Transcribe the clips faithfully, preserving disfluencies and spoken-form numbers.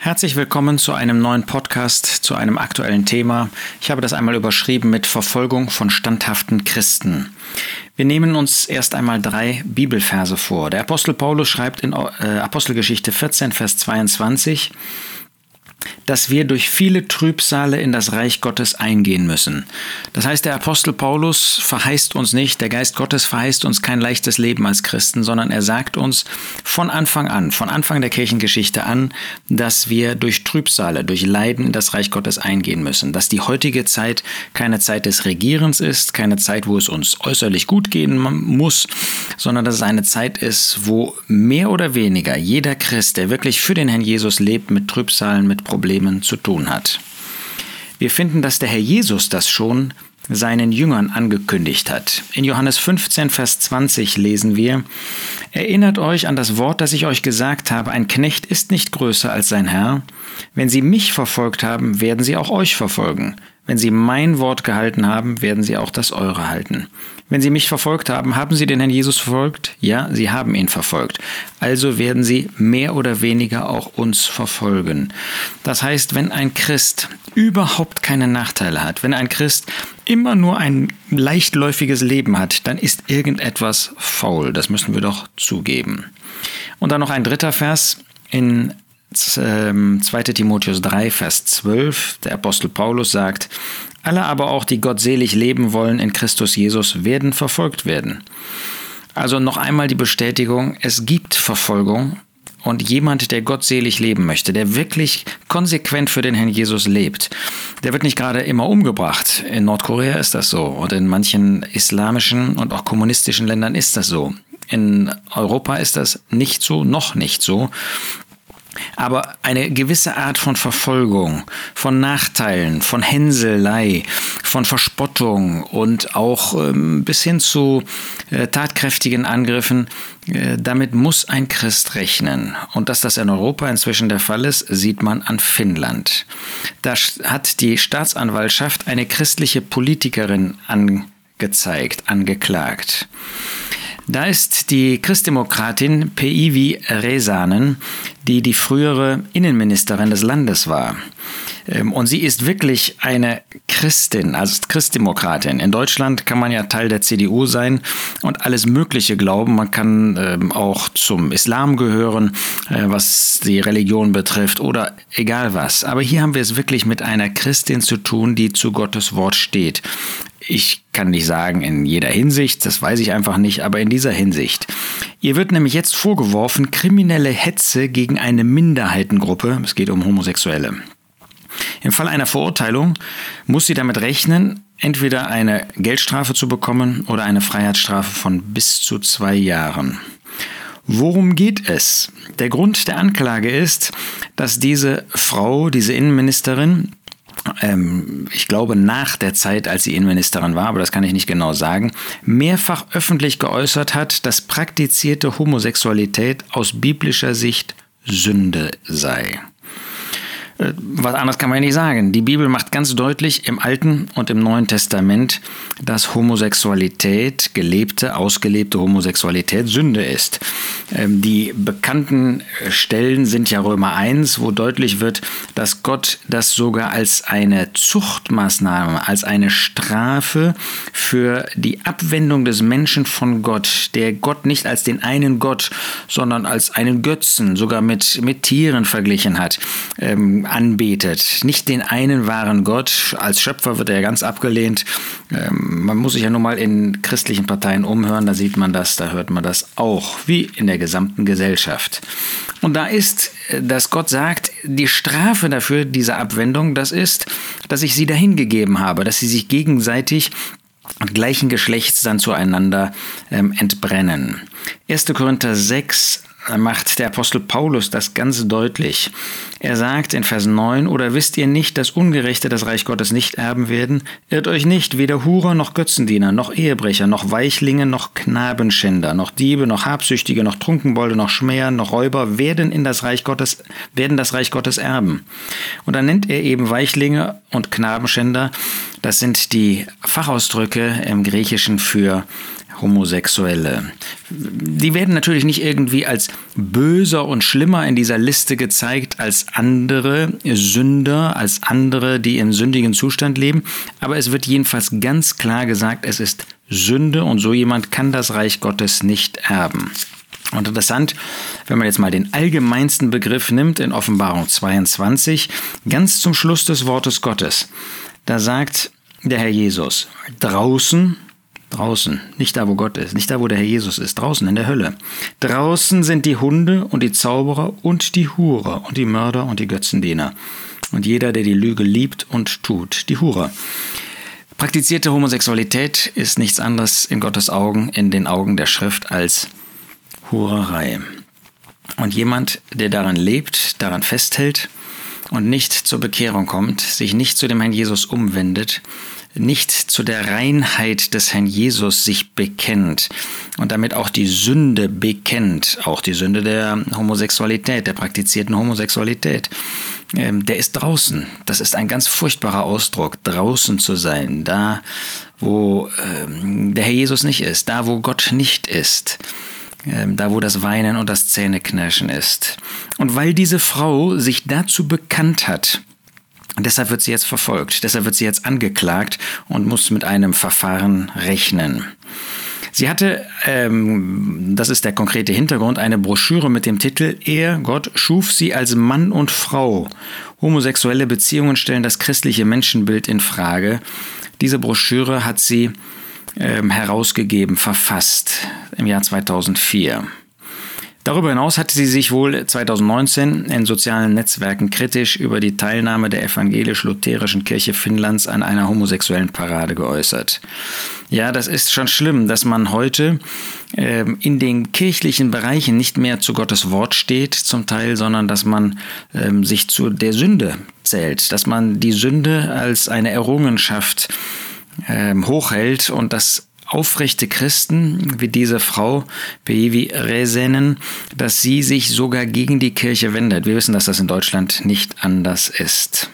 Herzlich willkommen zu einem neuen Podcast, zu einem aktuellen Thema. Ich habe das einmal überschrieben mit Verfolgung von standhaften Christen. Wir nehmen uns erst einmal drei Bibelverse vor. Der Apostel Paulus schreibt in äh, Apostelgeschichte vierzehn, Vers zweiundzwanzig, dass wir durch viele Trübsale in das Reich Gottes eingehen müssen. Das heißt, der Apostel Paulus verheißt uns nicht, der Geist Gottes verheißt uns kein leichtes Leben als Christen, sondern er sagt uns von Anfang an, von Anfang der Kirchengeschichte an, dass wir durch Trübsale, durch Leiden in das Reich Gottes eingehen müssen. Dass die heutige Zeit keine Zeit des Regierens ist, keine Zeit, wo es uns äußerlich gut gehen muss, sondern dass es eine Zeit ist, wo mehr oder weniger jeder Christ, der wirklich für den Herrn Jesus lebt, mit Trübsalen, mit Problemen zu tun hat. Wir finden, dass der Herr Jesus das schon seinen Jüngern angekündigt hat. In Johannes fünfzehn, Vers zwanzig lesen wir: Erinnert euch an das Wort, das ich euch gesagt habe, ein Knecht ist nicht größer als sein Herr. Wenn sie mich verfolgt haben, werden sie auch euch verfolgen. Wenn sie mein Wort gehalten haben, werden sie auch das eure halten. Wenn sie mich verfolgt haben, haben sie den Herrn Jesus verfolgt? Ja, sie haben ihn verfolgt. Also werden sie mehr oder weniger auch uns verfolgen. Das heißt, wenn ein Christ überhaupt keine Nachteile hat, wenn ein Christ immer nur ein leichtläufiges Leben hat, dann ist irgendetwas faul. Das müssen wir doch zugeben. Und dann noch ein dritter Vers in zweiter Timotheus drei, Vers zwölf. Der Apostel Paulus sagt: Alle aber auch, die gottselig leben wollen in Christus Jesus, werden verfolgt werden. Also noch einmal die Bestätigung, es gibt Verfolgung, und jemand, der gottselig leben möchte, der wirklich konsequent für den Herrn Jesus lebt, der wird nicht gerade immer umgebracht. In Nordkorea ist das so und in manchen islamischen und auch kommunistischen Ländern ist das so. In Europa ist das nicht so, noch nicht so. Aber eine gewisse Art von Verfolgung, von Nachteilen, von Hänselei, von Verspottung und auch ähm, bis hin zu äh, tatkräftigen Angriffen, äh, damit muss ein Christ rechnen. Und dass das in Europa inzwischen der Fall ist, sieht man an Finnland. Da hat die Staatsanwaltschaft eine christliche Politikerin angezeigt, angeklagt. Da ist die Christdemokratin Päivi Räsänen, die die frühere Innenministerin des Landes war. Und sie ist wirklich eine Christin, also Christdemokratin. In Deutschland kann man ja Teil der C D U sein und alles Mögliche glauben. Man kann ähm, auch zum Islam gehören, äh, was die Religion betrifft oder egal was. Aber hier haben wir es wirklich mit einer Christin zu tun, die zu Gottes Wort steht. Ich kann nicht sagen in jeder Hinsicht, das weiß ich einfach nicht, aber in dieser Hinsicht. Ihr wird nämlich jetzt vorgeworfen, kriminelle Hetze gegen eine Minderheitengruppe, es geht um Homosexuelle. Im Fall einer Verurteilung muss sie damit rechnen, entweder eine Geldstrafe zu bekommen oder eine Freiheitsstrafe von bis zu zwei Jahren. Worum geht es? Der Grund der Anklage ist, dass diese Frau, diese Innenministerin, ähm, ich glaube nach der Zeit, als sie Innenministerin war, aber das kann ich nicht genau sagen, mehrfach öffentlich geäußert hat, dass praktizierte Homosexualität aus biblischer Sicht Sünde sei. Was anderes kann man ja nicht sagen. Die Bibel macht ganz deutlich im Alten und im Neuen Testament, dass Homosexualität, gelebte, ausgelebte Homosexualität Sünde ist. Die bekannten Stellen sind ja Römer eins, wo deutlich wird, dass Gott das sogar als eine Zuchtmaßnahme, als eine Strafe für die Abwendung des Menschen von Gott, der Gott nicht als den einen Gott, sondern als einen Götzen, sogar mit, mit Tieren verglichen hat, ähm, anbetet. Nicht den einen wahren Gott. Als Schöpfer wird er ganz abgelehnt. Ähm, man muss sich ja nur mal in christlichen Parteien umhören, da sieht man das, da hört man das auch, wie in der gesamten Gesellschaft. Und da ist, dass Gott sagt, die Strafe dafür, diese Abwendung, das ist, dass ich sie dahingegeben habe, dass sie sich gegenseitig gleichen Geschlechts dann zueinander ähm, entbrennen. erster Korinther sechs macht der Apostel Paulus das ganz deutlich. Er sagt in Vers neun: Oder wisst ihr nicht, dass Ungerechte das Reich Gottes nicht erben werden? Irrt euch nicht, weder Hurer noch Götzendiener, noch Ehebrecher, noch Weichlinge, noch Knabenschänder, noch Diebe, noch Habsüchtige, noch Trunkenbolde, noch Schmäher, noch Räuber werden in das Reich Gottes, werden das Reich Gottes erben. Und dann nennt er eben Weichlinge und Knabenschänder. Das sind die Fachausdrücke im Griechischen für Homosexuelle. Die werden natürlich nicht irgendwie als böser und schlimmer in dieser Liste gezeigt als andere Sünder, als andere, die im sündigen Zustand leben. Aber es wird jedenfalls ganz klar gesagt, es ist Sünde und so jemand kann das Reich Gottes nicht erben. Und interessant, wenn man jetzt mal den allgemeinsten Begriff nimmt in Offenbarung zweiundzwanzig, ganz zum Schluss des Wortes Gottes, da sagt der Herr Jesus, draußen, draußen, nicht da, wo Gott ist, nicht da, wo der Herr Jesus ist, draußen in der Hölle. Draußen sind die Hunde und die Zauberer und die Hurer und die Mörder und die Götzendiener. Und jeder, der die Lüge liebt und tut, die Hurer. Praktizierte Homosexualität ist nichts anderes in Gottes Augen, in den Augen der Schrift als Hurerei. Und jemand, der daran lebt, daran festhält und nicht zur Bekehrung kommt, sich nicht zu dem Herrn Jesus umwendet, nicht zu der Reinheit des Herrn Jesus sich bekennt und damit auch die Sünde bekennt, auch die Sünde der Homosexualität, der praktizierten Homosexualität, ähm, der ist draußen. Das ist ein ganz furchtbarer Ausdruck, draußen zu sein, da wo ähm, der Herr Jesus nicht ist, da wo Gott nicht ist. Da, wo das Weinen und das Zähneknirschen ist. Und weil diese Frau sich dazu bekannt hat, deshalb wird sie jetzt verfolgt, deshalb wird sie jetzt angeklagt und muss mit einem Verfahren rechnen. Sie hatte, ähm, das ist der konkrete Hintergrund, eine Broschüre mit dem Titel Er, Gott, schuf sie als Mann und Frau. Homosexuelle Beziehungen stellen das christliche Menschenbild in Frage. Diese Broschüre hat sie ähm, herausgegeben, verfasst im Jahr zweitausendvier. Darüber hinaus hatte sie sich wohl zweitausendneunzehn in sozialen Netzwerken kritisch über die Teilnahme der evangelisch-lutherischen Kirche Finnlands an einer homosexuellen Parade geäußert. Ja, das ist schon schlimm, dass man heute äh, in den kirchlichen Bereichen nicht mehr zu Gottes Wort steht zum Teil, sondern dass man äh, sich zu der Sünde zählt, dass man die Sünde als eine Errungenschaft äh, hochhält und das aufrechte Christen, wie diese Frau Päivi Räsänen, dass sie sich sogar gegen die Kirche wendet. Wir wissen, dass das in Deutschland nicht anders ist.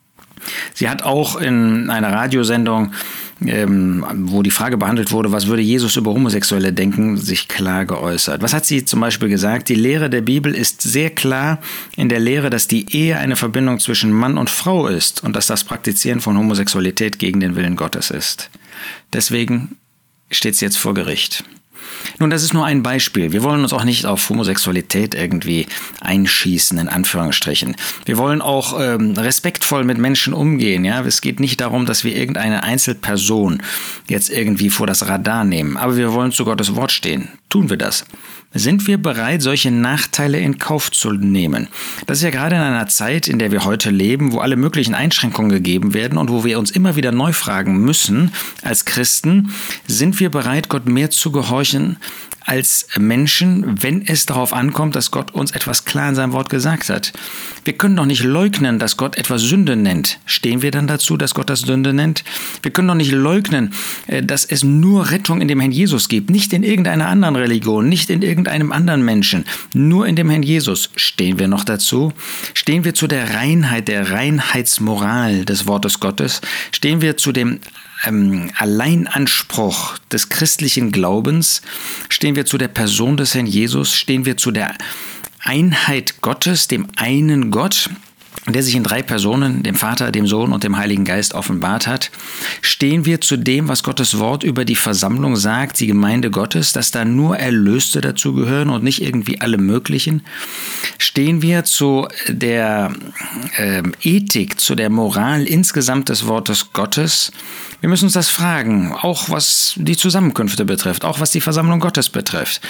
Sie hat auch in einer Radiosendung, ähm, wo die Frage behandelt wurde, was würde Jesus über Homosexuelle denken, sich klar geäußert. Was hat sie zum Beispiel gesagt? Die Lehre der Bibel ist sehr klar in der Lehre, dass die Ehe eine Verbindung zwischen Mann und Frau ist und dass das Praktizieren von Homosexualität gegen den Willen Gottes ist. Deswegen steht es jetzt vor Gericht. Nun, das ist nur ein Beispiel. Wir wollen uns auch nicht auf Homosexualität irgendwie einschießen, in Anführungsstrichen. Wir wollen auch ähm, respektvoll mit Menschen umgehen. Ja? Es geht nicht darum, dass wir irgendeine Einzelperson jetzt irgendwie vor das Radar nehmen. Aber wir wollen zu Gottes Wort stehen. Tun wir das? Sind wir bereit, solche Nachteile in Kauf zu nehmen? Das ist ja gerade in einer Zeit, in der wir heute leben, wo alle möglichen Einschränkungen gegeben werden und wo wir uns immer wieder neu fragen müssen, als Christen, sind wir bereit, Gott mehr zu gehorchen als Menschen, wenn es darauf ankommt, dass Gott uns etwas klar in seinem Wort gesagt hat. Wir können doch nicht leugnen, dass Gott etwas Sünde nennt. Stehen wir dann dazu, dass Gott das Sünde nennt? Wir können doch nicht leugnen, dass es nur Rettung in dem Herrn Jesus gibt, nicht in irgendeiner anderen Religion, nicht in irgendeinem anderen Menschen, nur in dem Herrn Jesus. Stehen wir noch dazu? Stehen wir zu der Reinheit, der Reinheitsmoral des Wortes Gottes? Stehen wir zu dem Ähm, Alleinanspruch des christlichen Glaubens? Stehen wir zu der Person des Herrn Jesus? Stehen wir zu der Einheit Gottes, dem einen Gott, der sich in drei Personen, dem Vater, dem Sohn und dem Heiligen Geist offenbart hat? Stehen wir zu dem, was Gottes Wort über die Versammlung sagt, die Gemeinde Gottes, dass da nur Erlöste dazugehören und nicht irgendwie alle möglichen? Stehen wir zu der äh, Ethik, zu der Moral insgesamt des Wortes Gottes? Wir müssen uns das fragen, auch was die Zusammenkünfte betrifft, auch was die Versammlung Gottes betrifft.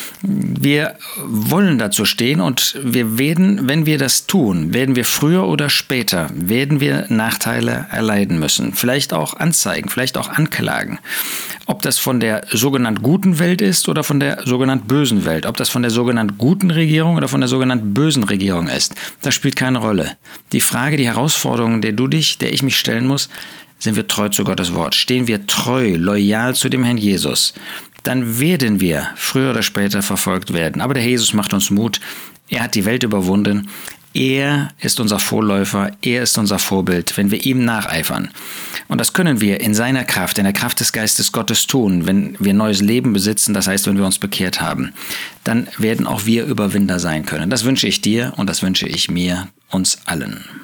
Wir wollen dazu stehen und wir werden, wenn wir das tun, werden wir früher oder später, werden wir Nachteile erleiden müssen. Vielleicht auch Anzeigen, vielleicht auch Anklagen. Ob das von der sogenannt guten Welt ist oder von der sogenannt bösen Welt. Ob das von der sogenannt guten Regierung oder von der sogenannt bösen Regierung ist. Das spielt keine Rolle. Die Frage, die Herausforderung, der du dich, der ich mich stellen muss, sind wir treu zu Gottes Wort? Stehen wir treu, loyal zu dem Herrn Jesus? Dann werden wir früher oder später verfolgt werden. Aber der Herr Jesus macht uns Mut. Er hat die Welt überwunden. Er ist unser Vorläufer, er ist unser Vorbild, wenn wir ihm nacheifern. Und das können wir in seiner Kraft, in der Kraft des Geistes Gottes tun, wenn wir neues Leben besitzen, das heißt, wenn wir uns bekehrt haben. Dann werden auch wir Überwinder sein können. Das wünsche ich dir und das wünsche ich mir, uns allen.